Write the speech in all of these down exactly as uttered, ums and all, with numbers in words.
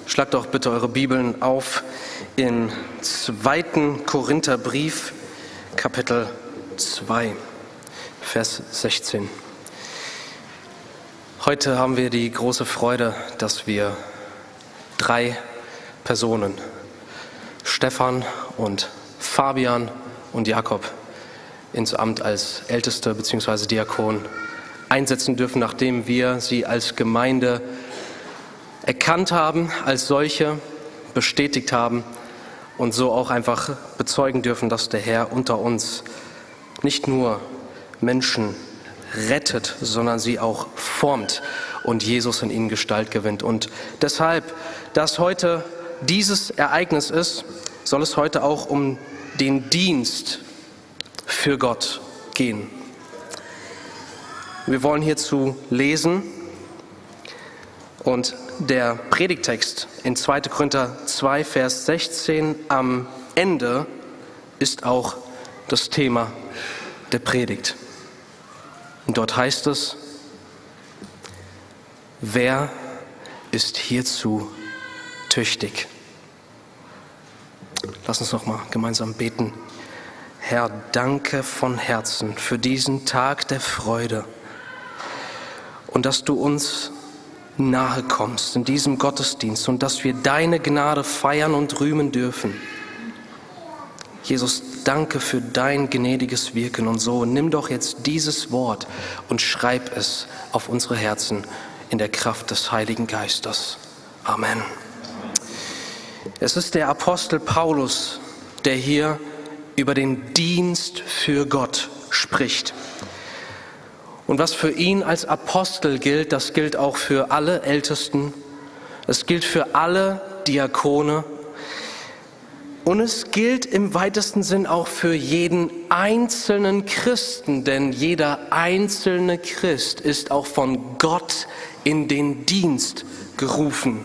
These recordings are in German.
Schlagt doch bitte eure Bibeln auf im zweiten Korintherbrief, Kapitel zwei, Vers sechzehn. Heute haben wir die große Freude, dass wir drei Personen, Stefan und Fabian und Jakob, ins Amt als Älteste bzw. Diakon einsetzen dürfen, nachdem wir sie als Gemeinde erkannt haben, als solche bestätigt haben und so auch einfach bezeugen dürfen, dass der Herr unter uns nicht nur Menschen rettet, sondern sie auch formt und Jesus in ihnen Gestalt gewinnt. Und deshalb, dass heute dieses Ereignis ist, soll es heute auch um den Dienst für Gott gehen. Wir wollen hierzu lesen und der Predigtext in zweiter Korinther zwei, Vers sechzehn am Ende ist auch das Thema der Predigt. Und dort heißt es: Wer ist hierzu tüchtig? Lass uns noch mal gemeinsam beten. Herr, danke von Herzen für diesen Tag der Freude und dass du uns nahe kommst in diesem Gottesdienst und dass wir deine Gnade feiern und rühmen dürfen. Jesus, danke für dein gnädiges Wirken und so nimm doch jetzt dieses Wort und schreib es auf unsere Herzen in der Kraft des Heiligen Geistes. Amen. Es ist der Apostel Paulus, der hier über den Dienst für Gott spricht. Und was für ihn als Apostel gilt, das gilt auch für alle Ältesten, es gilt für alle Diakone und es gilt im weitesten Sinn auch für jeden einzelnen Christen, denn jeder einzelne Christ ist auch von Gott in den Dienst gerufen.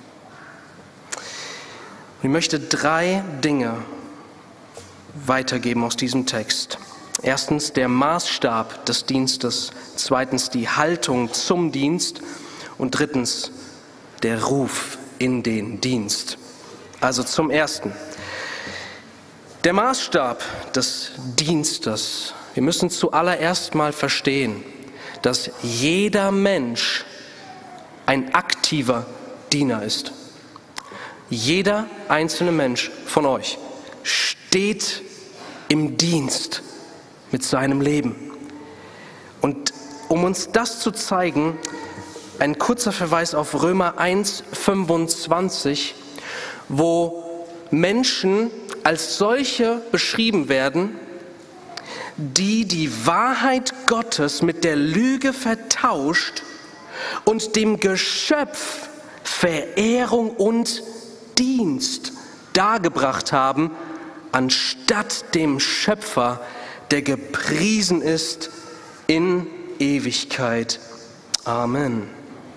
Ich möchte drei Dinge weitergeben aus diesem Text. Erstens der Maßstab des Dienstes, zweitens die Haltung zum Dienst und drittens der Ruf in den Dienst. Also zum Ersten. Der Maßstab des Dienstes. Wir müssen zuallererst mal verstehen, dass jeder Mensch ein aktiver Diener ist. Jeder einzelne Mensch von euch steht im Dienst mit seinem Leben. Und um uns das zu zeigen, ein kurzer Verweis auf Römer eins, fünfundzwanzig, wo Menschen als solche beschrieben werden, die die Wahrheit Gottes mit der Lüge vertauscht und dem Geschöpf Verehrung und Dienst dargebracht haben, anstatt dem Schöpfer, der gepriesen ist in Ewigkeit. Amen.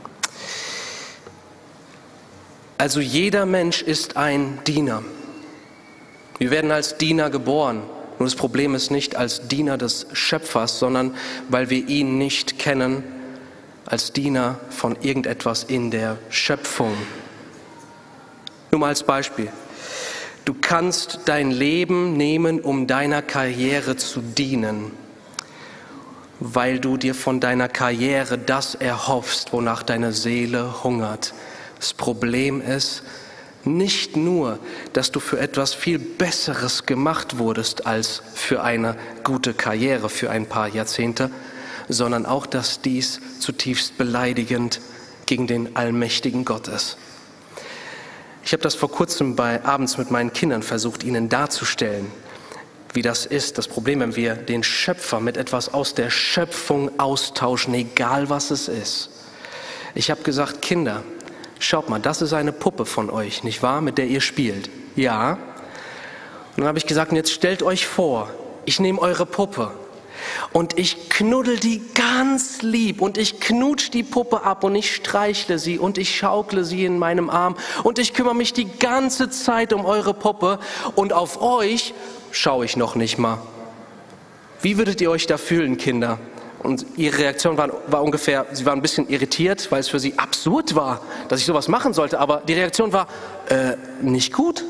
Also jeder Mensch ist ein Diener. Wir werden als Diener geboren. Nur das Problem ist nicht als Diener des Schöpfers, sondern weil wir ihn nicht kennen, als Diener von irgendetwas in der Schöpfung. Nur mal als Beispiel. Du kannst dein Leben nehmen, um deiner Karriere zu dienen, weil du dir von deiner Karriere das erhoffst, wonach deine Seele hungert. Das Problem ist nicht nur, dass du für etwas viel Besseres gemacht wurdest als für eine gute Karriere für ein paar Jahrzehnte, sondern auch, dass dies zutiefst beleidigend gegen den allmächtigen Gott ist. Ich habe das vor kurzem bei abends mit meinen Kindern versucht, ihnen darzustellen, wie das ist. Das Problem, wenn wir den Schöpfer mit etwas aus der Schöpfung austauschen, egal was es ist. Ich habe gesagt, Kinder, schaut mal, das ist eine Puppe von euch, nicht wahr, mit der ihr spielt? Ja. Und dann habe ich gesagt, und jetzt stellt euch vor, ich nehme eure Puppe und ich knuddel die ganz lieb und ich knutsch die Puppe ab und ich streichle sie und ich schaukle sie in meinem Arm und ich kümmere mich die ganze Zeit um eure Puppe und auf euch schaue ich noch nicht mal. Wie würdet ihr euch da fühlen, Kinder, Und ihre Reaktion war, war ungefähr, sie war ein bisschen irritiert, weil es für sie absurd war, dass ich sowas machen sollte. Aber die Reaktion war, äh, nicht gut.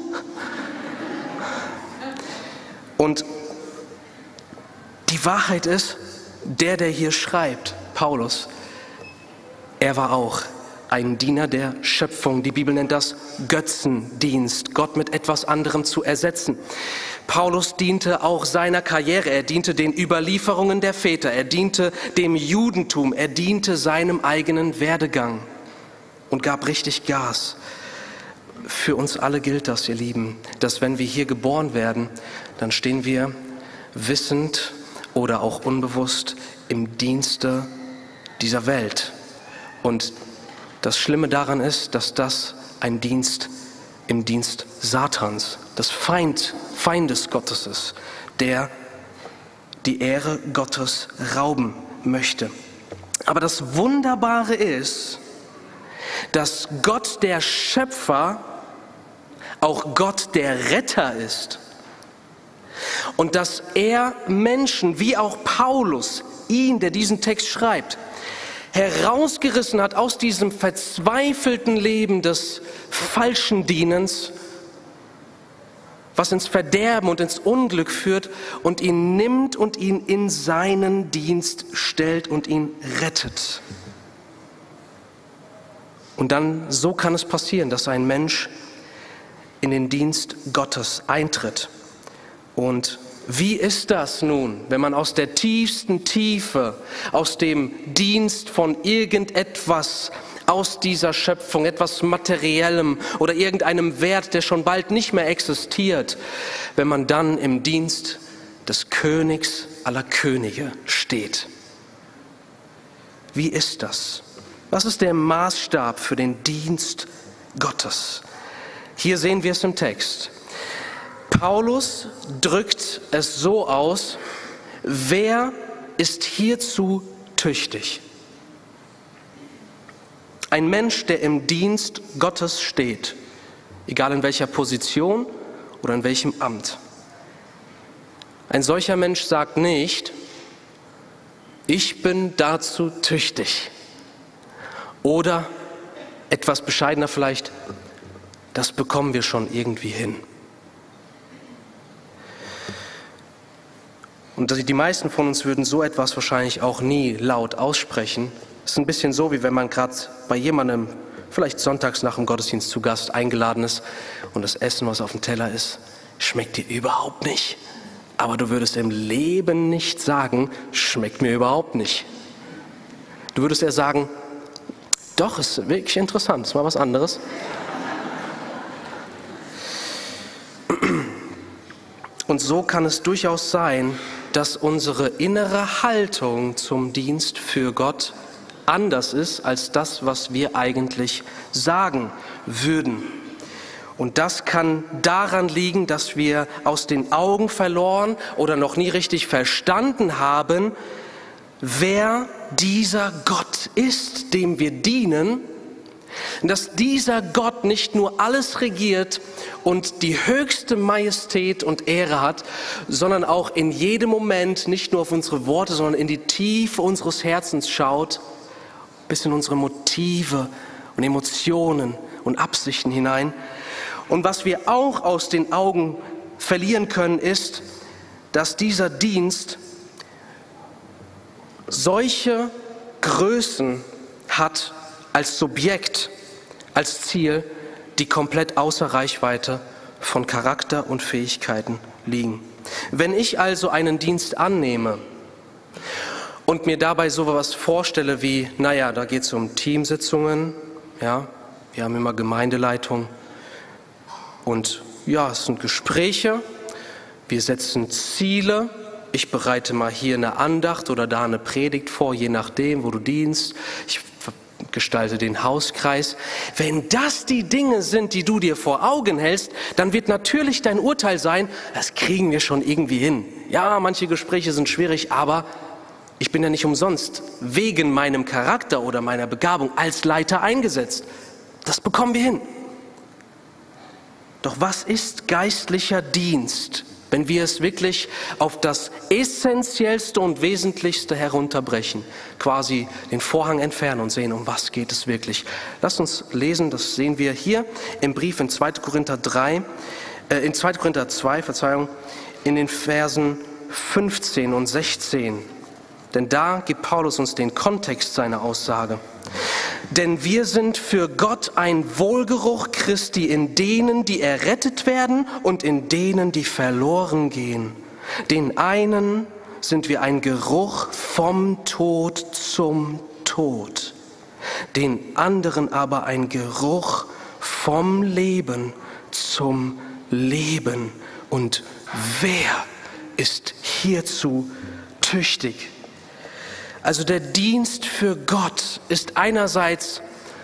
Und die Wahrheit ist, der, der hier schreibt, Paulus, er war auch ein Diener der Schöpfung. Die Bibel nennt das Götzendienst, Gott mit etwas anderem zu ersetzen. Paulus diente auch seiner Karriere, er diente den Überlieferungen der Väter, er diente dem Judentum, er diente seinem eigenen Werdegang und gab richtig Gas. Für uns alle gilt das, ihr Lieben, dass wenn wir hier geboren werden, dann stehen wir wissend oder auch unbewusst im Dienste dieser Welt. Und das Schlimme daran ist, dass das ein Dienst im Dienst Satans, des Feind, Feindes Gottes ist, der die Ehre Gottes rauben möchte. Aber das Wunderbare ist, dass Gott der Schöpfer auch Gott der Retter ist. Und dass er Menschen, wie auch Paulus, ihn, der diesen Text schreibt, herausgerissen hat aus diesem verzweifelten Leben des falschen Dienens, was ins Verderben und ins Unglück führt, und ihn nimmt und ihn in seinen Dienst stellt und ihn rettet. Und dann, so kann es passieren, dass ein Mensch in den Dienst Gottes eintritt. Und wie ist das nun, wenn man aus der tiefsten Tiefe, aus dem Dienst von irgendetwas, aus dieser Schöpfung, etwas Materiellem oder irgendeinem Wert, der schon bald nicht mehr existiert, wenn man dann im Dienst des Königs aller Könige steht? Wie ist das? Was ist der Maßstab für den Dienst Gottes? Hier sehen wir es im Text. Paulus drückt es so aus: Wer ist hierzu tüchtig? Ein Mensch, der im Dienst Gottes steht, egal in welcher Position oder in welchem Amt. Ein solcher Mensch sagt nicht, ich bin dazu tüchtig. Oder etwas bescheidener vielleicht, das bekommen wir schon irgendwie hin. Und die meisten von uns würden so etwas wahrscheinlich auch nie laut aussprechen. Es ist ein bisschen so, wie wenn man gerade bei jemandem, vielleicht sonntags nach dem Gottesdienst zu Gast eingeladen ist und das Essen, was auf dem Teller ist, schmeckt dir überhaupt nicht. Aber du würdest im Leben nicht sagen, schmeckt mir überhaupt nicht. Du würdest eher sagen, doch, ist wirklich interessant, ist mal was anderes. Und so kann es durchaus sein, dass unsere innere Haltung zum Dienst für Gott anders ist als das, was wir eigentlich sagen würden. Und das kann daran liegen, dass wir aus den Augen verloren oder noch nie richtig verstanden haben, wer dieser Gott ist, dem wir dienen, dass dieser Gott nicht nur alles regiert und die höchste Majestät und Ehre hat, sondern auch in jedem Moment nicht nur auf unsere Worte, sondern in die Tiefe unseres Herzens schaut, bis in unsere Motive und Emotionen und Absichten hinein. Und was wir auch aus den Augen verlieren können, ist, dass dieser Dienst solche Größen hat als Subjekt, als Ziel, die komplett außer Reichweite von Charakter und Fähigkeiten liegen. Wenn ich also einen Dienst annehme und mir dabei so etwas vorstelle wie, naja, da geht es um Teamsitzungen, ja, wir haben immer Gemeindeleitung und ja, es sind Gespräche, wir setzen Ziele, ich bereite mal hier eine Andacht oder da eine Predigt vor, je nachdem, wo du dienst, ich gestalte den Hauskreis. Wenn das die Dinge sind, die du dir vor Augen hältst, dann wird natürlich dein Urteil sein, das kriegen wir schon irgendwie hin. Ja, manche Gespräche sind schwierig, aber ich bin ja nicht umsonst wegen meinem Charakter oder meiner Begabung als Leiter eingesetzt. Das bekommen wir hin. Doch was ist geistlicher Dienst Wenn wir es wirklich auf das Essentiellste und Wesentlichste herunterbrechen, quasi den Vorhang entfernen und sehen, um was geht es wirklich. Lasst uns lesen, das sehen wir hier im Brief in zweiter Korinther drei, äh, in zweiter Korinther zwei, Verzeihung, in den Versen fünfzehn und sechzehn. Denn da gibt Paulus uns den Kontext seiner Aussage. Denn wir sind für Gott ein Wohlgeruch Christi in denen, die errettet werden und in denen, die verloren gehen. Den einen sind wir ein Geruch vom Tod zum Tod, den anderen aber ein Geruch vom Leben zum Leben. Und wer ist hierzu tüchtig? Also der Dienst für Gott ist einerseits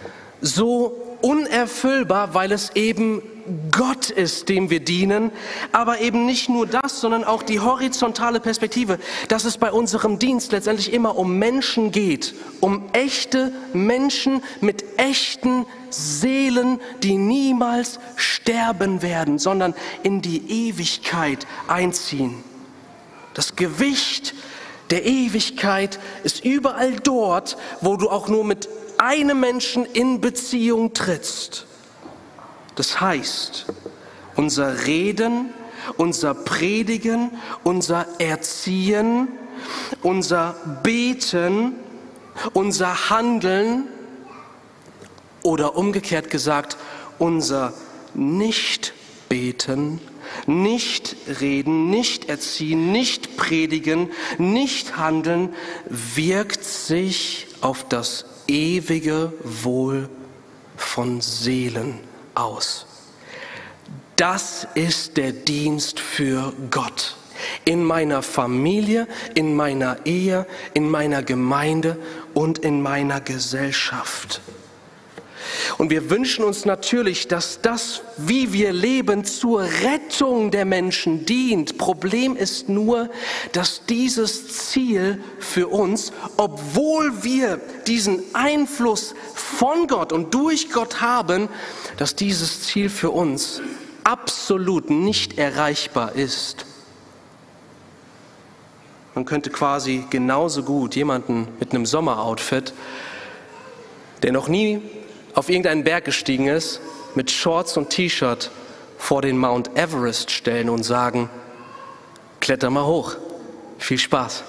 so unerfüllbar, weil es eben Gott ist, dem wir dienen, aber eben nicht nur das, sondern auch die horizontale Perspektive, dass es bei unserem Dienst letztendlich immer um Menschen geht, um echte Menschen mit echten Seelen, die niemals sterben werden, sondern in die Ewigkeit einziehen. Das Gewicht der Ewigkeit ist überall dort, wo du auch nur mit einem Menschen in Beziehung trittst. Das heißt, unser Reden, unser Predigen, unser Erziehen, unser Beten, unser Handeln oder umgekehrt gesagt, unser Nicht-Beten, nicht reden, nicht erziehen, nicht predigen, nicht handeln, wirkt sich auf das ewige Wohl von Seelen aus. Das ist der Dienst für Gott. In meiner Familie, in meiner Ehe, in meiner Gemeinde und in meiner Gesellschaft. Und wir wünschen uns natürlich, dass das, wie wir leben, zur Rettung der Menschen dient. Problem ist nur, dass dieses Ziel für uns, obwohl wir diesen Einfluss von Gott und durch Gott haben, dass dieses Ziel für uns absolut nicht erreichbar ist. Man könnte quasi genauso gut jemanden mit einem Sommeroutfit, der noch nie auf irgendeinen Berg gestiegen ist, mit Shorts und T-Shirt vor den Mount Everest stellen und sagen, kletter mal hoch, viel Spaß.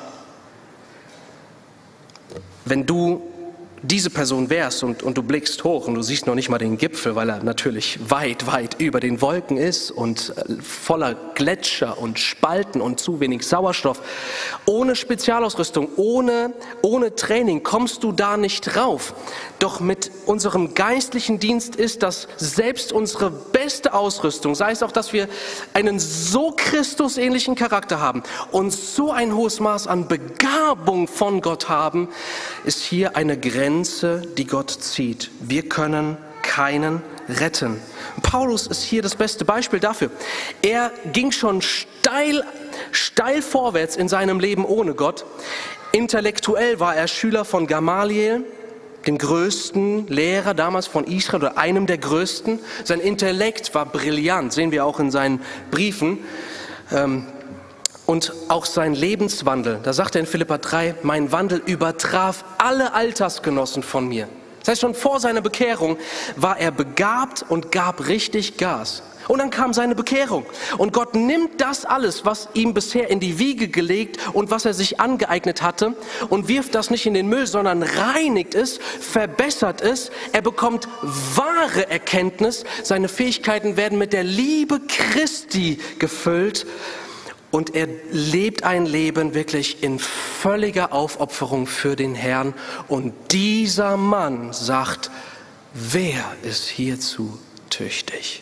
Wenn du diese Person wärst und, und du blickst hoch und du siehst noch nicht mal den Gipfel, weil er natürlich weit, weit über den Wolken ist und voller Gletscher und Spalten und zu wenig Sauerstoff. Ohne Spezialausrüstung, ohne, ohne Training kommst du da nicht rauf. Doch mit unserem geistlichen Dienst ist das selbst unsere beste Ausrüstung, sei es auch, dass wir einen so Christusähnlichen Charakter haben und so ein hohes Maß an Begabung von Gott haben, ist hier eine Grenze, die Gott zieht. Wir können keinen retten. Paulus ist hier das beste Beispiel dafür. Er ging schon steil, steil vorwärts in seinem Leben ohne Gott. Intellektuell war er Schüler von Gamaliel, dem größten Lehrer damals von Israel oder einem der größten. Sein Intellekt war brillant, sehen wir auch in seinen Briefen. Ähm, Und auch sein Lebenswandel, da sagt er in Philipper drei, mein Wandel übertraf alle Altersgenossen von mir. Das heißt, schon vor seiner Bekehrung war er begabt und gab richtig Gas. Und dann kam seine Bekehrung. Und Gott nimmt das alles, was ihm bisher in die Wiege gelegt und was er sich angeeignet hatte, und wirft das nicht in den Müll, sondern reinigt es, verbessert es. Er bekommt wahre Erkenntnis. Seine Fähigkeiten werden mit der Liebe Christi gefüllt. Und er lebt ein Leben wirklich in völliger Aufopferung für den Herrn. Und dieser Mann sagt, wer ist hierzu tüchtig?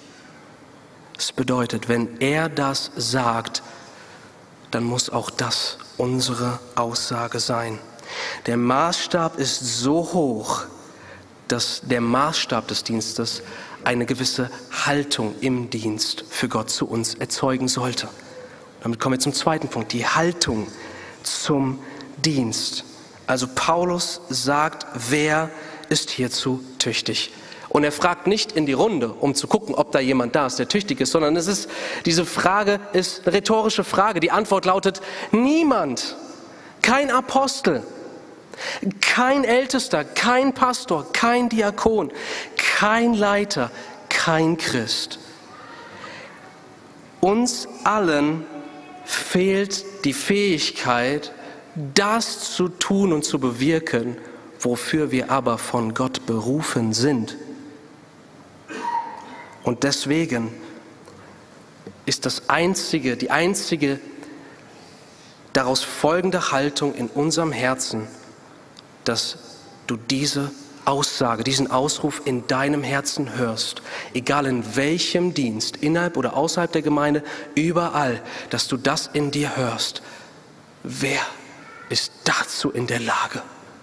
Das bedeutet, wenn er das sagt, dann muss auch das unsere Aussage sein. Der Maßstab ist so hoch, dass der Maßstab des Dienstes eine gewisse Haltung im Dienst für Gott zu uns erzeugen sollte. Damit kommen wir zum zweiten Punkt, die Haltung zum Dienst. Also Paulus sagt, wer ist hierzu tüchtig? Und er fragt nicht in die Runde, um zu gucken, ob da jemand da ist, der tüchtig ist, sondern es ist, diese Frage ist eine rhetorische Frage. Die Antwort lautet, niemand, kein Apostel, kein Ältester, kein Pastor, kein Diakon, kein Leiter, kein Christ. Uns allen fehlt die Fähigkeit, das zu tun und zu bewirken, wofür wir aber von Gott berufen sind. Und deswegen ist das einzige, die einzige daraus folgende Haltung in unserem Herzen, dass du diese Aussage, diesen Ausruf in deinem Herzen hörst, egal in welchem Dienst, innerhalb oder außerhalb der Gemeinde, überall, dass du das in dir hörst. Wer ist dazu in der Lage?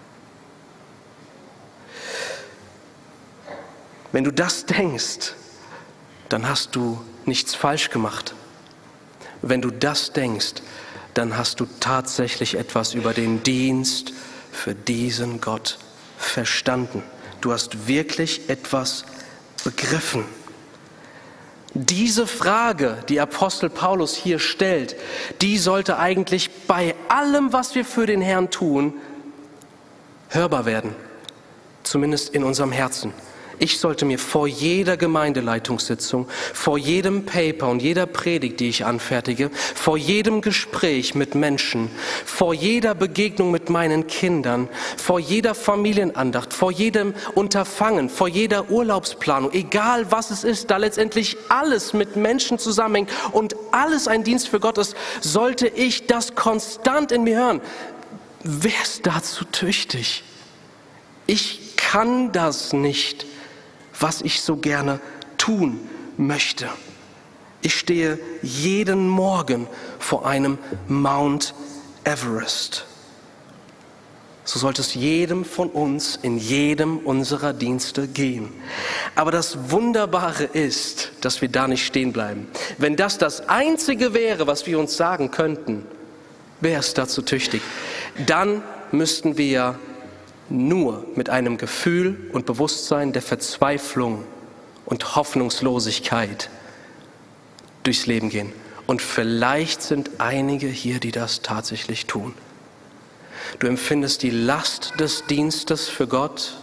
Wenn du das denkst, dann hast du nichts falsch gemacht. Wenn du das denkst, dann hast du tatsächlich etwas über den Dienst für diesen Gott verstanden. Du hast wirklich etwas begriffen. Diese Frage, die Apostel Paulus hier stellt, die sollte eigentlich bei allem, was wir für den Herrn tun, hörbar werden. Zumindest in unserem Herzen. Ich sollte mir vor jeder Gemeindeleitungssitzung, vor jedem Paper und jeder Predigt, die ich anfertige, vor jedem Gespräch mit Menschen, vor jeder Begegnung mit meinen Kindern, vor jeder Familienandacht, vor jedem Unterfangen, vor jeder Urlaubsplanung, egal was es ist, da letztendlich alles mit Menschen zusammenhängt und alles ein Dienst für Gott ist, sollte ich das konstant in mir hören. Wer ist dazu tüchtig? Ich kann das nicht, was ich so gerne tun möchte. Ich stehe jeden Morgen vor einem Mount Everest. So sollte es jedem von uns in jedem unserer Dienste gehen. Aber das Wunderbare ist, dass wir da nicht stehen bleiben. Wenn das das Einzige wäre, was wir uns sagen könnten, wer ist dazu tüchtig, dann müssten wir nur mit einem Gefühl und Bewusstsein der Verzweiflung und Hoffnungslosigkeit durchs Leben gehen. Und vielleicht sind einige hier, die das tatsächlich tun. Du empfindest die Last des Dienstes für Gott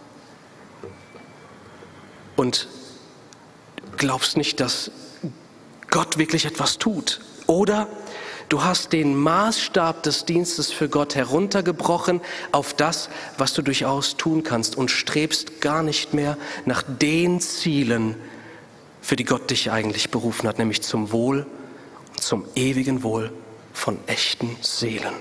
und glaubst nicht, dass Gott wirklich etwas tut. Oder du hast den Maßstab des Dienstes für Gott heruntergebrochen auf das, was du durchaus tun kannst und strebst gar nicht mehr nach den Zielen, für die Gott dich eigentlich berufen hat, nämlich zum Wohl und zum ewigen Wohl von echten Seelen.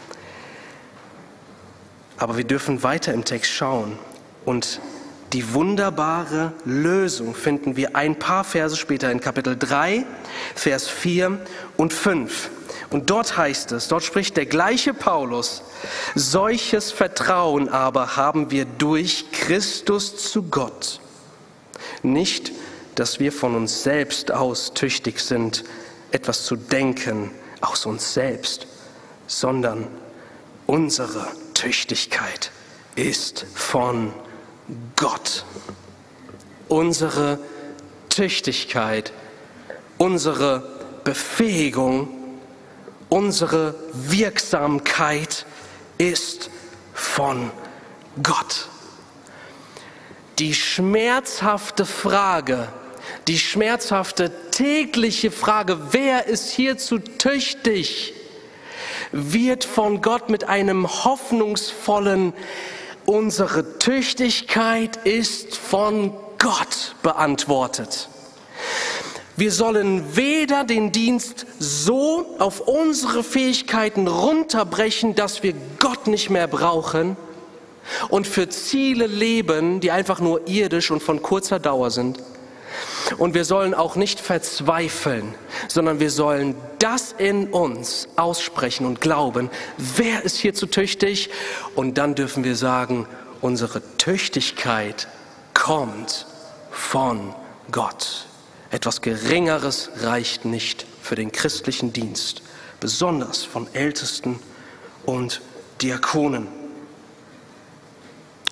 Aber wir dürfen weiter im Text schauen und die wunderbare Lösung finden wir ein paar Verse später in Kapitel drei, Vers vier und fünf. Und dort heißt es, dort spricht der gleiche Paulus, solches Vertrauen aber haben wir durch Christus zu Gott. Nicht, dass wir von uns selbst aus tüchtig sind, etwas zu denken aus uns selbst, sondern unsere Tüchtigkeit ist von Gott. Unsere Tüchtigkeit, unsere Befähigung, unsere Wirksamkeit ist von Gott. Die schmerzhafte Frage, die schmerzhafte tägliche Frage, wer ist hierzu tüchtig, wird von Gott mit einem hoffnungsvollen, unsere Tüchtigkeit ist von Gott beantwortet. Wir sollen weder den Dienst so auf unsere Fähigkeiten runterbrechen, dass wir Gott nicht mehr brauchen und für Ziele leben, die einfach nur irdisch und von kurzer Dauer sind. Und wir sollen auch nicht verzweifeln, sondern wir sollen das in uns aussprechen und glauben, wer ist hierzu tüchtig? Und dann dürfen wir sagen, unsere Tüchtigkeit kommt von Gott. Etwas Geringeres reicht nicht für den christlichen Dienst, besonders von Ältesten und Diakonen.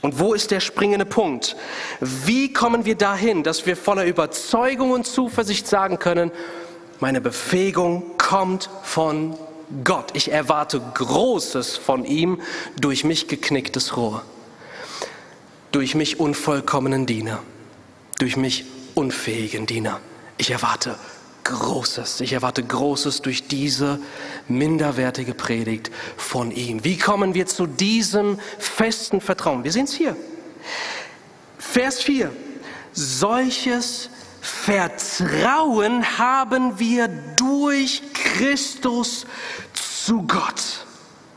Und wo ist der springende Punkt? Wie kommen wir dahin, dass wir voller Überzeugung und Zuversicht sagen können, meine Befähigung kommt von Gott. Ich erwarte Großes von ihm durch mich geknicktes Rohr, durch mich unvollkommenen Diener, durch mich unfähigen Diener. Ich erwarte Großes. Ich erwarte Großes durch diese minderwertige Predigt von ihm. Wie kommen wir zu diesem festen Vertrauen? Wir sehen es hier. Vers vier. Solches Vertrauen haben wir durch Christus zu Gott.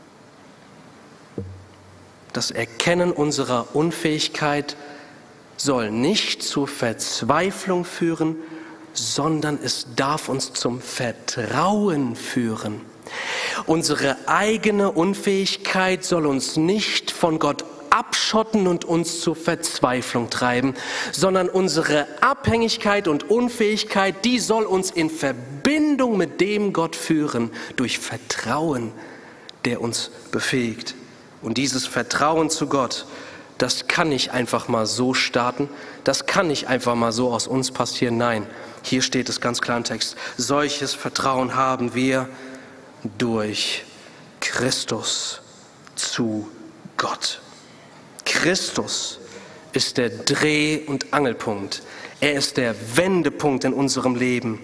Das Erkennen unserer Unfähigkeit soll nicht zur Verzweiflung führen, sondern es darf uns zum Vertrauen führen. Unsere eigene Unfähigkeit soll uns nicht von Gott abschotten und uns zur Verzweiflung treiben, sondern unsere Abhängigkeit und Unfähigkeit, die soll uns in Verbindung mit dem Gott führen, durch Vertrauen, der uns befähigt. Und dieses Vertrauen zu Gott, das kann nicht einfach mal so starten, das kann nicht einfach mal so aus uns passieren, nein. Hier steht es ganz klar im Text, solches Vertrauen haben wir durch Christus zu Gott. Christus ist der Dreh- und Angelpunkt. Er ist der Wendepunkt in unserem Leben.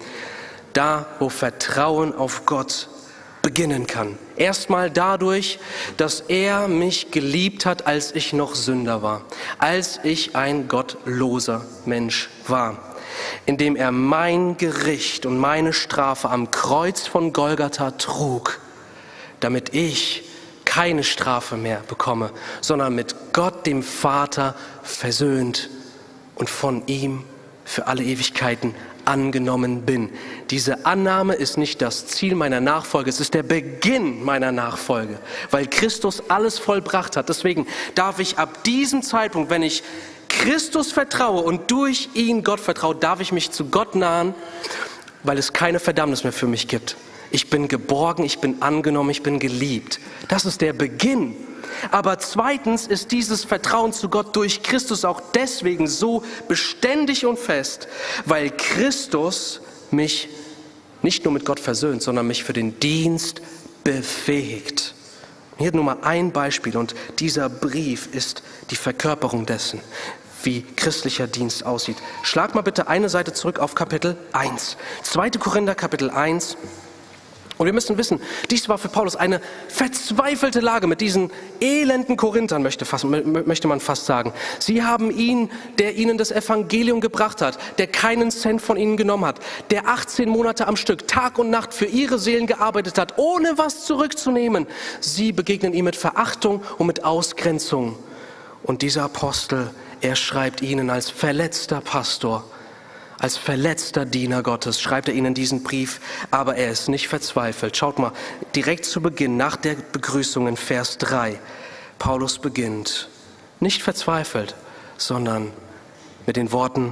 Da, wo Vertrauen auf Gott beginnen kann. Erstmal dadurch, dass er mich geliebt hat, als ich noch Sünder war. Als ich ein gottloser Mensch war. Indem er mein Gericht und meine Strafe am Kreuz von Golgatha trug, damit ich keine Strafe mehr bekomme, sondern mit Gott, dem Vater, versöhnt und von ihm für alle Ewigkeiten angenommen bin. Diese Annahme ist nicht das Ziel meiner Nachfolge, es ist der Beginn meiner Nachfolge, weil Christus alles vollbracht hat. Deswegen darf ich ab diesem Zeitpunkt, wenn ich Christus vertraue und durch ihn Gott vertraue, darf ich mich zu Gott nahen, weil es keine Verdammnis mehr für mich gibt. Ich bin geborgen, ich bin angenommen, ich bin geliebt. Das ist der Beginn. Aber zweitens ist dieses Vertrauen zu Gott durch Christus auch deswegen so beständig und fest, weil Christus mich nicht nur mit Gott versöhnt, sondern mich für den Dienst befähigt. Hier nur mal ein Beispiel und dieser Brief ist die Verkörperung dessen, wie christlicher Dienst aussieht. Schlag mal bitte eine Seite zurück auf Kapitel eins. zweiter Korinther Kapitel eins. Und wir müssen wissen, dies war für Paulus eine verzweifelte Lage mit diesen elenden Korinthern, möchte, fast, möchte man fast sagen. Sie haben ihn, der ihnen das Evangelium gebracht hat, der keinen Cent von ihnen genommen hat, der achtzehn Monate am Stück, Tag und Nacht für ihre Seelen gearbeitet hat, ohne was zurückzunehmen. Sie begegnen ihm mit Verachtung und mit Ausgrenzung. Und dieser Apostel, er schreibt ihnen als verletzter Pastor, als verletzter Diener Gottes, schreibt er ihnen diesen Brief, aber er ist nicht verzweifelt. Schaut mal, direkt zu Beginn, nach der Begrüßung in Vers drei, Paulus beginnt, nicht verzweifelt, sondern mit den Worten,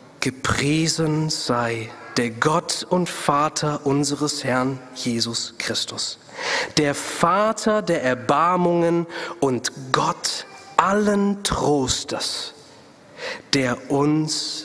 gepriesen sei der Gott und Vater unseres Herrn Jesus Christus, der Vater der Erbarmungen und Gott allen Trostes, der uns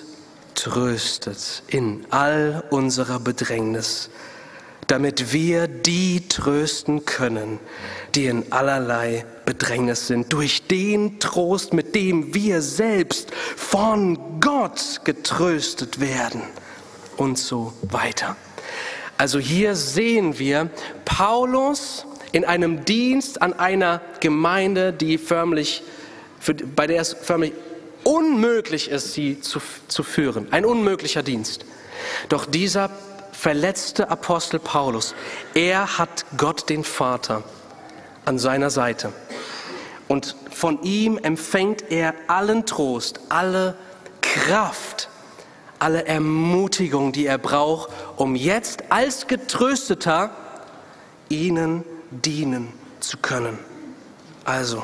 tröstet in all unserer Bedrängnis, damit wir die trösten können, die in allerlei Bedrängnis sind, durch den Trost, mit dem wir selbst von Gott getröstet werden und so weiter. Also hier sehen wir Paulus in einem Dienst an einer Gemeinde, die förmlich, für, bei der es förmlich unmöglich ist, sie zu, zu führen. Ein unmöglicher Dienst. Doch dieser verletzte Apostel Paulus, er hat Gott den Vater an seiner Seite. Und von ihm empfängt er allen Trost, alle Kraft, alle Ermutigung, die er braucht, um jetzt als Getrösteter ihnen dienen zu können. Also,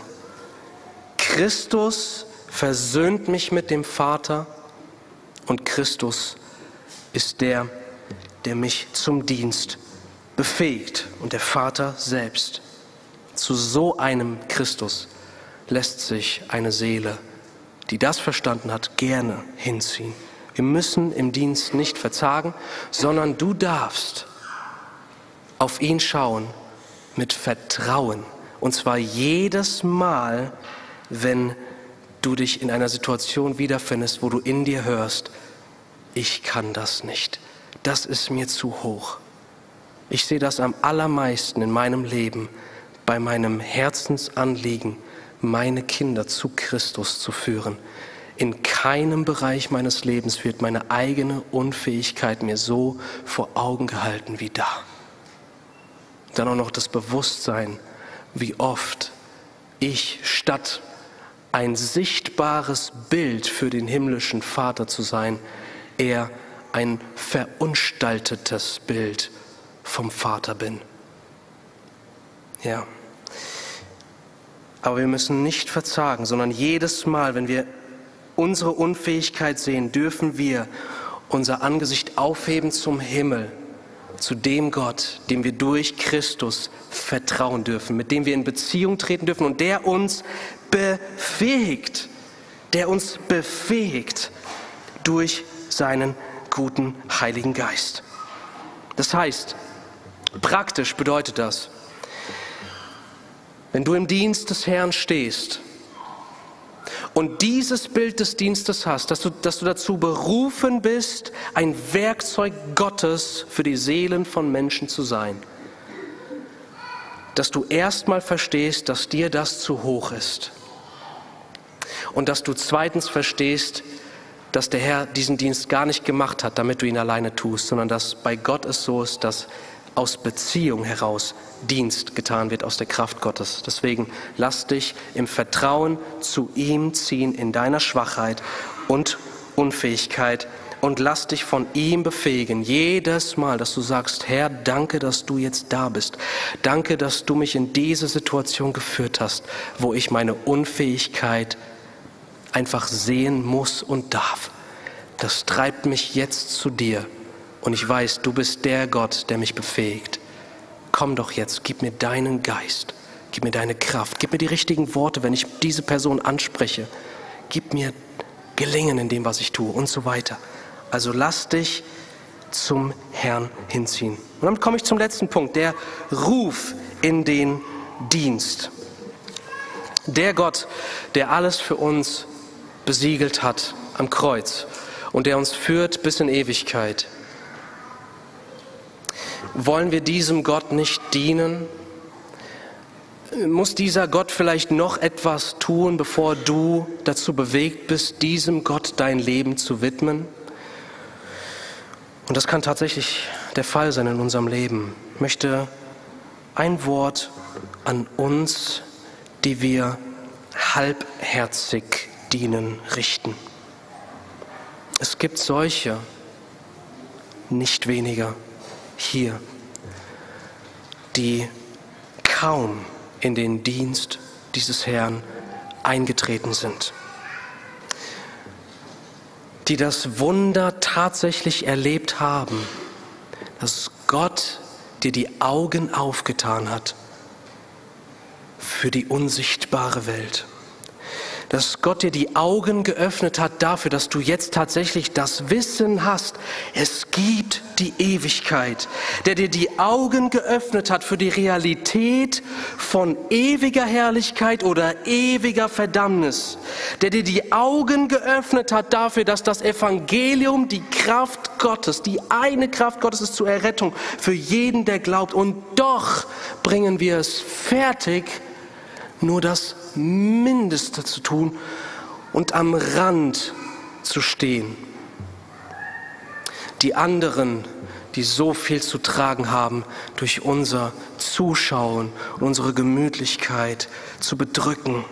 Christus versöhnt mich mit dem Vater und Christus ist der, der mich zum Dienst befähigt und der Vater selbst. Zu so einem Christus lässt sich eine Seele, die das verstanden hat, gerne hinziehen. Wir müssen im Dienst nicht verzagen, sondern du darfst auf ihn schauen mit Vertrauen. Und zwar jedes Mal, wenn du dich in einer Situation wiederfindest, wo du in dir hörst, ich kann das nicht, das ist mir zu hoch. Ich sehe das am allermeisten in meinem Leben, bei meinem Herzensanliegen, meine Kinder zu Christus zu führen. In keinem Bereich meines Lebens wird meine eigene Unfähigkeit mir so vor Augen gehalten wie da. Dann auch noch das Bewusstsein, wie oft ich statt ein sichtbares Bild für den himmlischen Vater zu sein, eher ein verunstaltetes Bild vom Vater bin. Ja. Aber wir müssen nicht verzagen, sondern jedes Mal, wenn wir unsere Unfähigkeit sehen, dürfen wir unser Angesicht aufheben zum Himmel, zu dem Gott, dem wir durch Christus vertrauen dürfen, mit dem wir in Beziehung treten dürfen und der uns befähigt, der uns befähigt durch seinen guten Heiligen Geist. Das heißt, praktisch bedeutet das, wenn du im Dienst des Herrn stehst und dieses Bild des Dienstes hast, dass du, dass du dazu berufen bist, ein Werkzeug Gottes für die Seelen von Menschen zu sein, dass du erstmal verstehst, dass dir das zu hoch ist und dass du zweitens verstehst, dass der Herr diesen Dienst gar nicht gemacht hat, damit du ihn alleine tust, sondern dass bei Gott es so ist, dass aus Beziehung heraus Dienst getan wird aus der Kraft Gottes. Deswegen lass dich im Vertrauen zu ihm ziehen in deiner Schwachheit und Unfähigkeit und lass dich von ihm befähigen. Jedes Mal, dass du sagst, Herr, danke, dass du jetzt da bist. Danke, dass du mich in diese Situation geführt hast, wo ich meine Unfähigkeit einfach sehen muss und darf. Das treibt mich jetzt zu dir. Und ich weiß, du bist der Gott, der mich befähigt. Komm doch jetzt, gib mir deinen Geist, gib mir deine Kraft, gib mir die richtigen Worte, wenn ich diese Person anspreche. Gib mir Gelingen in dem, was ich tue und so weiter. Also lass dich zum Herrn hinziehen. Und dann komme ich zum letzten Punkt, der Ruf in den Dienst. Der Gott, der alles für uns besiegelt hat am Kreuz und der uns führt bis in Ewigkeit. Wollen wir diesem Gott nicht dienen? Muss dieser Gott vielleicht noch etwas tun, bevor du dazu bewegt bist, diesem Gott dein Leben zu widmen? Und das kann tatsächlich der Fall sein in unserem Leben. Ich möchte ein Wort an uns, die wir halbherzig dienen, richten. Es gibt solche, nicht weniger, hier, die kaum in den Dienst dieses Herrn eingetreten sind, die das Wunder tatsächlich erlebt haben, dass Gott dir die Augen aufgetan hat für die unsichtbare Welt. Dass Gott dir die Augen geöffnet hat dafür, dass du jetzt tatsächlich das Wissen hast, es gibt die Ewigkeit. Der dir die Augen geöffnet hat für die Realität von ewiger Herrlichkeit oder ewiger Verdammnis. Der dir die Augen geöffnet hat dafür, dass das Evangelium die Kraft Gottes, die eine Kraft Gottes ist zur Errettung für jeden, der glaubt. Und doch bringen wir es fertig, nur das Mindeste zu tun und am Rand zu stehen. Die anderen, die so viel zu tragen haben, durch unser Zuschauen und unsere Gemütlichkeit zu bedrücken.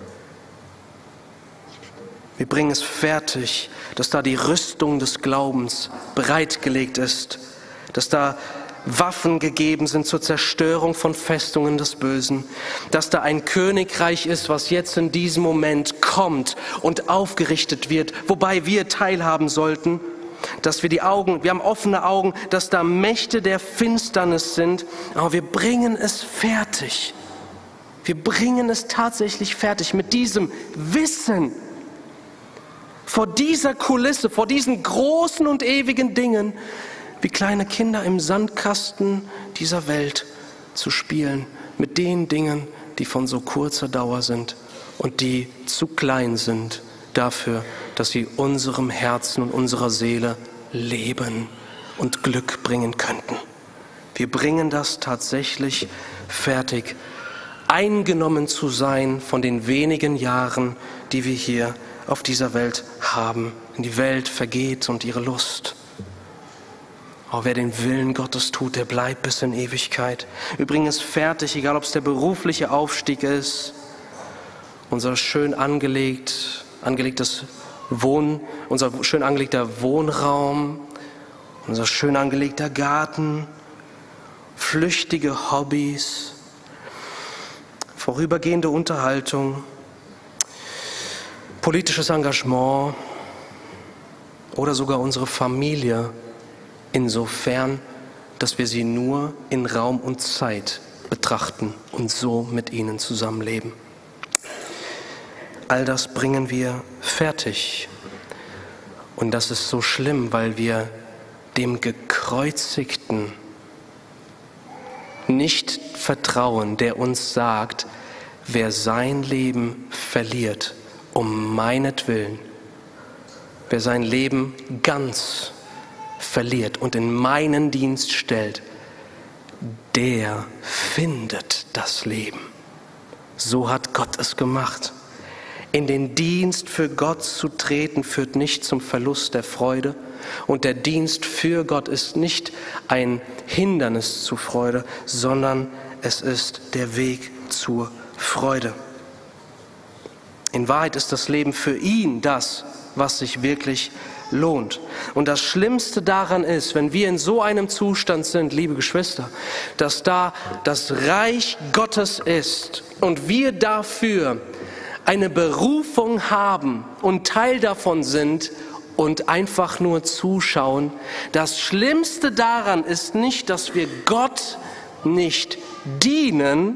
Wir bringen es fertig, dass da die Rüstung des Glaubens bereitgelegt ist, dass da Waffen gegeben sind zur Zerstörung von Festungen des Bösen, dass da ein Königreich ist, was jetzt in diesem Moment kommt und aufgerichtet wird, wobei wir teilhaben sollten, dass wir die Augen, wir haben offene Augen, dass da Mächte der Finsternis sind, aber wir bringen es fertig. Wir bringen es tatsächlich fertig mit diesem Wissen, vor dieser Kulisse, vor diesen großen und ewigen Dingen, wie kleine Kinder im Sandkasten dieser Welt zu spielen, mit den Dingen, die von so kurzer Dauer sind und die zu klein sind dafür, dass sie unserem Herzen und unserer Seele Leben und Glück bringen könnten. Wir bringen das tatsächlich fertig, eingenommen zu sein von den wenigen Jahren, die wir hier auf dieser Welt haben. Denn die Welt vergeht und ihre Lust. Aber wer den Willen Gottes tut, der bleibt bis in Ewigkeit. Wir bringen es fertig, egal ob es der berufliche Aufstieg ist, unser schön angelegt, angelegtes Wohn, unser schön angelegter Wohnraum, unser schön angelegter Garten, flüchtige Hobbys, vorübergehende Unterhaltung, politisches Engagement oder sogar unsere Familie, insofern, dass wir sie nur in Raum und Zeit betrachten und so mit ihnen zusammenleben. All das bringen wir fertig. Und das ist so schlimm, weil wir dem Gekreuzigten nicht vertrauen, der uns sagt, wer sein Leben verliert, um meinetwillen, wer sein Leben ganz verliert und in meinen Dienst stellt, der findet das Leben. So hat Gott es gemacht. In den Dienst für Gott zu treten, führt nicht zum Verlust der Freude. Und der Dienst für Gott ist nicht ein Hindernis zur Freude, sondern es ist der Weg zur Freude. In Wahrheit ist das Leben für ihn das, was sich wirklich lohnt. Und das Schlimmste daran ist, wenn wir in so einem Zustand sind, liebe Geschwister, dass da das Reich Gottes ist und wir dafür eine Berufung haben und Teil davon sind und einfach nur zuschauen. Das Schlimmste daran ist nicht, dass wir Gott nicht dienen.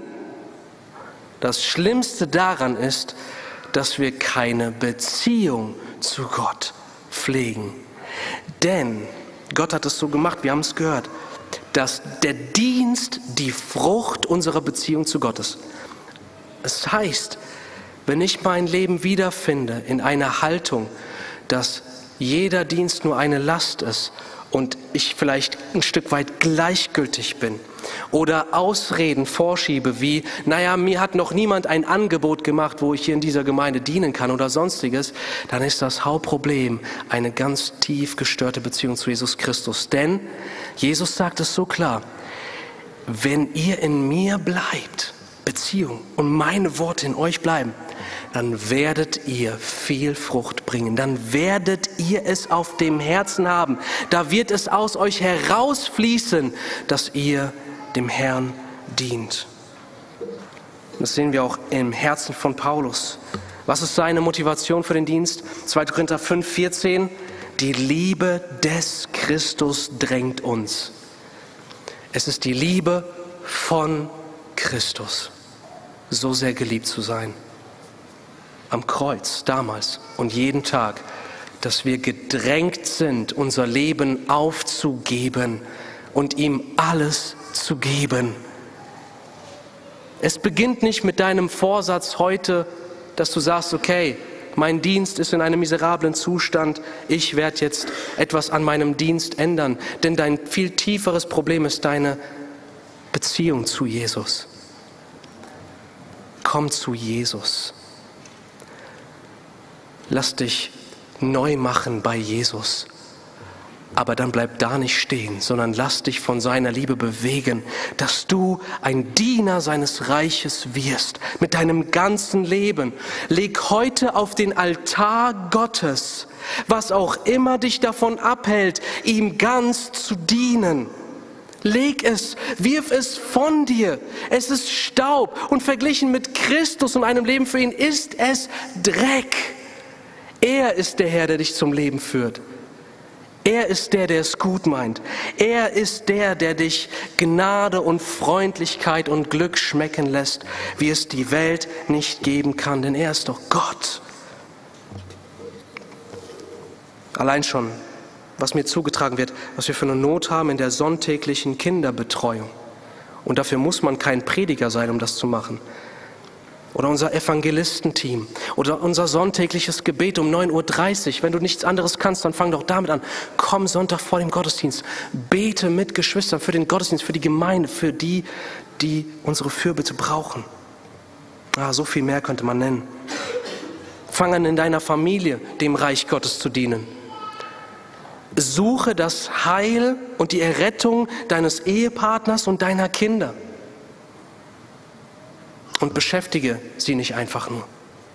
Das Schlimmste daran ist, dass wir keine Beziehung zu Gott pflegen. Denn Gott hat es so gemacht, wir haben es gehört, dass der Dienst die Frucht unserer Beziehung zu Gott ist. Es heißt, wenn ich mein Leben wiederfinde in einer Haltung, dass jeder Dienst nur eine Last ist und ich vielleicht ein Stück weit gleichgültig bin oder Ausreden vorschiebe wie, naja, mir hat noch niemand ein Angebot gemacht, wo ich hier in dieser Gemeinde dienen kann oder sonstiges, dann ist das Hauptproblem eine ganz tief gestörte Beziehung zu Jesus Christus. Denn Jesus sagt es so klar, wenn ihr in mir bleibt, Beziehung und meine Worte in euch bleiben, dann werdet ihr viel Frucht bringen. Dann werdet ihr es auf dem Herzen haben. Da wird es aus euch herausfließen, dass ihr dem Herrn dient. Das sehen wir auch im Herzen von Paulus. Was ist seine Motivation für den Dienst? zweiter Korinther fünf, vierzehn. Die Liebe des Christus drängt uns. Es ist die Liebe von Christus, so sehr geliebt zu sein. Am Kreuz damals und jeden Tag, dass wir gedrängt sind, unser Leben aufzugeben und ihm alles zu geben. Es beginnt nicht mit deinem Vorsatz heute, dass du sagst, okay, mein Dienst ist in einem miserablen Zustand, ich werde jetzt etwas an meinem Dienst ändern. Denn dein viel tieferes Problem ist deine Beziehung zu Jesus. Komm zu Jesus. Lass dich neu machen bei Jesus. Aber dann bleib da nicht stehen, sondern lass dich von seiner Liebe bewegen, dass du ein Diener seines Reiches wirst, mit deinem ganzen Leben. Leg heute auf den Altar Gottes, was auch immer dich davon abhält, ihm ganz zu dienen. Leg es, wirf es von dir. Es ist Staub und verglichen mit Christus und einem Leben für ihn ist es Dreck. Er ist der Herr, der dich zum Leben führt. Er ist der, der es gut meint. Er ist der, der dich Gnade und Freundlichkeit und Glück schmecken lässt, wie es die Welt nicht geben kann, denn er ist doch Gott. Allein schon, was mir zugetragen wird, was wir für eine Not haben in der sonntäglichen Kinderbetreuung. Und dafür muss man kein Prediger sein, um das zu machen. Oder unser Evangelistenteam. Oder unser sonntägliches Gebet um neun Uhr dreißig. Wenn du nichts anderes kannst, dann fang doch damit an. Komm Sonntag vor dem Gottesdienst. Bete mit Geschwistern für den Gottesdienst, für die Gemeinde, für die, die unsere Fürbitte brauchen. Ah, so viel mehr könnte man nennen. Fang an, in deiner Familie dem Reich Gottes zu dienen. Suche das Heil und die Errettung deines Ehepartners und deiner Kinder. Und beschäftige sie nicht einfach nur.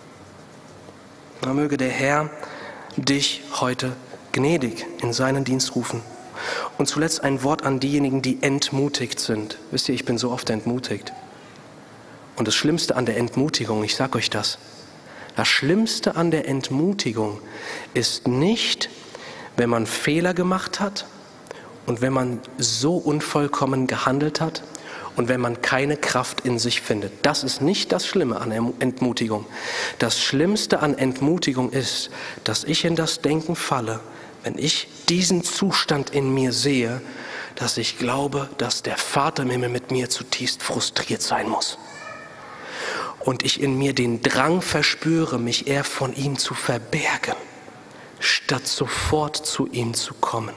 Da möge der Herr dich heute gnädig in seinen Dienst rufen. Und zuletzt ein Wort an diejenigen, die entmutigt sind. Wisst ihr, ich bin so oft entmutigt. Und das Schlimmste an der Entmutigung, ich sage euch das, das Schlimmste an der Entmutigung ist nicht, wenn man Fehler gemacht hat und wenn man so unvollkommen gehandelt hat, und wenn man keine Kraft in sich findet. Das ist nicht das Schlimme an Entmutigung. Das Schlimmste an Entmutigung ist, dass ich in das Denken falle, wenn ich diesen Zustand in mir sehe, dass ich glaube, dass der Vater im Himmel mit mir zutiefst frustriert sein muss. Und ich in mir den Drang verspüre, mich eher von ihm zu verbergen, statt sofort zu ihm zu kommen.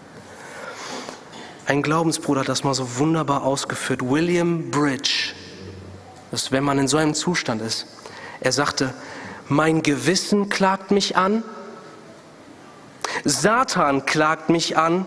Ein Glaubensbruder hat das mal so wunderbar ausgeführt, William Bridge, dass wenn man in so einem Zustand ist, er sagte, mein Gewissen klagt mich an, Satan klagt mich an,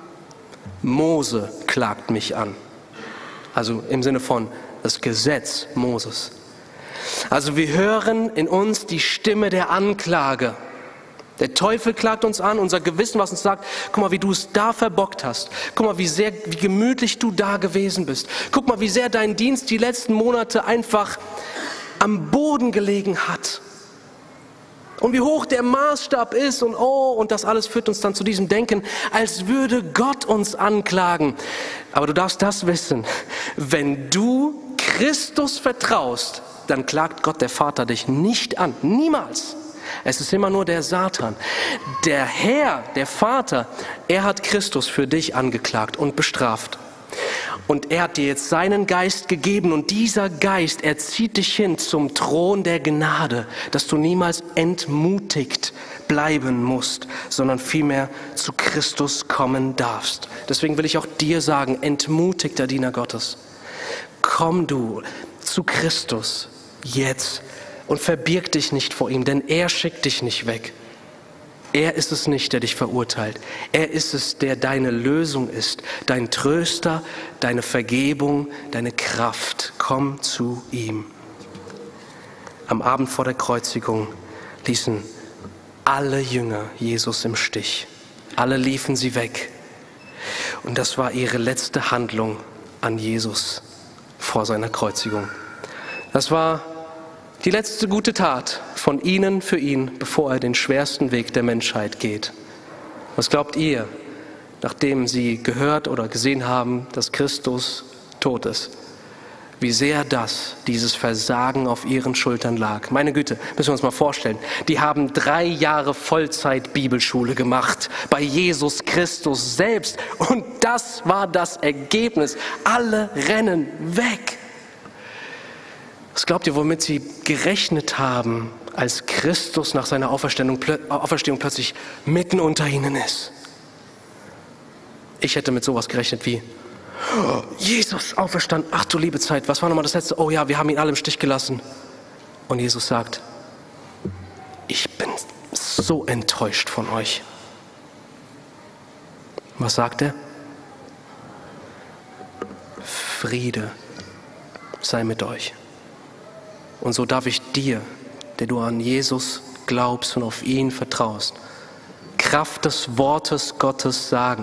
Mose klagt mich an. Also im Sinne von das Gesetz Moses. Also wir hören in uns die Stimme der Anklage. Der Teufel klagt uns an, unser Gewissen, was uns sagt, guck mal, wie du es da verbockt hast. Guck mal, wie sehr, wie gemütlich du da gewesen bist. Guck mal, wie sehr dein Dienst die letzten Monate einfach am Boden gelegen hat. Und wie hoch der Maßstab ist und oh, und das alles führt uns dann zu diesem Denken, als würde Gott uns anklagen. Aber du darfst das wissen, wenn du Christus vertraust, dann klagt Gott, der Vater, dich nicht an. Niemals. Es ist immer nur der Satan. Der Herr, der Vater, er hat Christus für dich angeklagt und bestraft. Und er hat dir jetzt seinen Geist gegeben und dieser Geist, er zieht dich hin zum Thron der Gnade, dass du niemals entmutigt bleiben musst, sondern vielmehr zu Christus kommen darfst. Deswegen will ich auch dir sagen, entmutigter Diener Gottes, komm du zu Christus jetzt. Und verbirg dich nicht vor ihm, denn er schickt dich nicht weg. Er ist es nicht, der dich verurteilt. Er ist es, der deine Lösung ist, dein Tröster, deine Vergebung, deine Kraft. Komm zu ihm. Am Abend vor der Kreuzigung ließen alle Jünger Jesus im Stich. Alle liefen sie weg. Und das war ihre letzte Handlung an Jesus vor seiner Kreuzigung. Das war die letzte gute Tat von ihnen für ihn, bevor er den schwersten Weg der Menschheit geht. Was glaubt ihr, nachdem sie gehört oder gesehen haben, dass Christus tot ist? Wie sehr das, dieses Versagen auf ihren Schultern lag. Meine Güte, müssen wir uns mal vorstellen. Die haben drei Jahre Vollzeit-Bibelschule gemacht bei Jesus Christus selbst. Und das war das Ergebnis. Alle rennen weg. Was glaubt ihr, womit sie gerechnet haben, als Christus nach seiner Auferstehung, Auferstehung plötzlich mitten unter ihnen ist? Ich hätte mit sowas gerechnet wie, oh, Jesus auferstanden, ach du liebe Zeit, was war nochmal das Letzte? Oh ja, wir haben ihn alle im Stich gelassen. Und Jesus sagt, ich bin so enttäuscht von euch. Was sagt er? Friede sei mit euch. Und so darf ich dir, der du an Jesus glaubst und auf ihn vertraust, Kraft des Wortes Gottes sagen,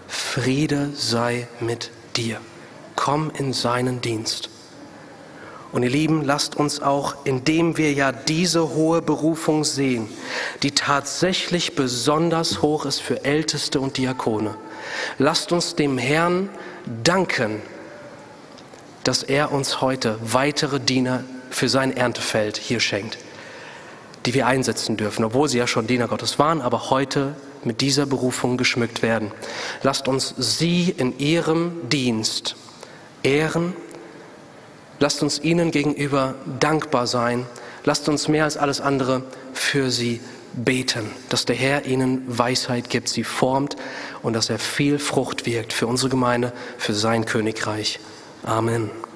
Friede sei mit dir. Komm in seinen Dienst Und ihr Lieben, lasst uns auch, indem wir ja diese hohe Berufung sehen, die tatsächlich besonders hoch ist für Älteste und Diakone, lasst uns dem Herrn danken, dass er uns heute weitere Diener für sein Erntefeld hier schenkt, die wir einsetzen dürfen, obwohl sie ja schon Diener Gottes waren, aber heute mit dieser Berufung geschmückt werden. Lasst uns sie in ihrem Dienst ehren. Lasst uns ihnen gegenüber dankbar sein. Lasst uns mehr als alles andere für sie beten, dass der Herr ihnen Weisheit gibt, sie formt und dass er viel Frucht wirkt für unsere Gemeinde, für sein Königreich. Amen.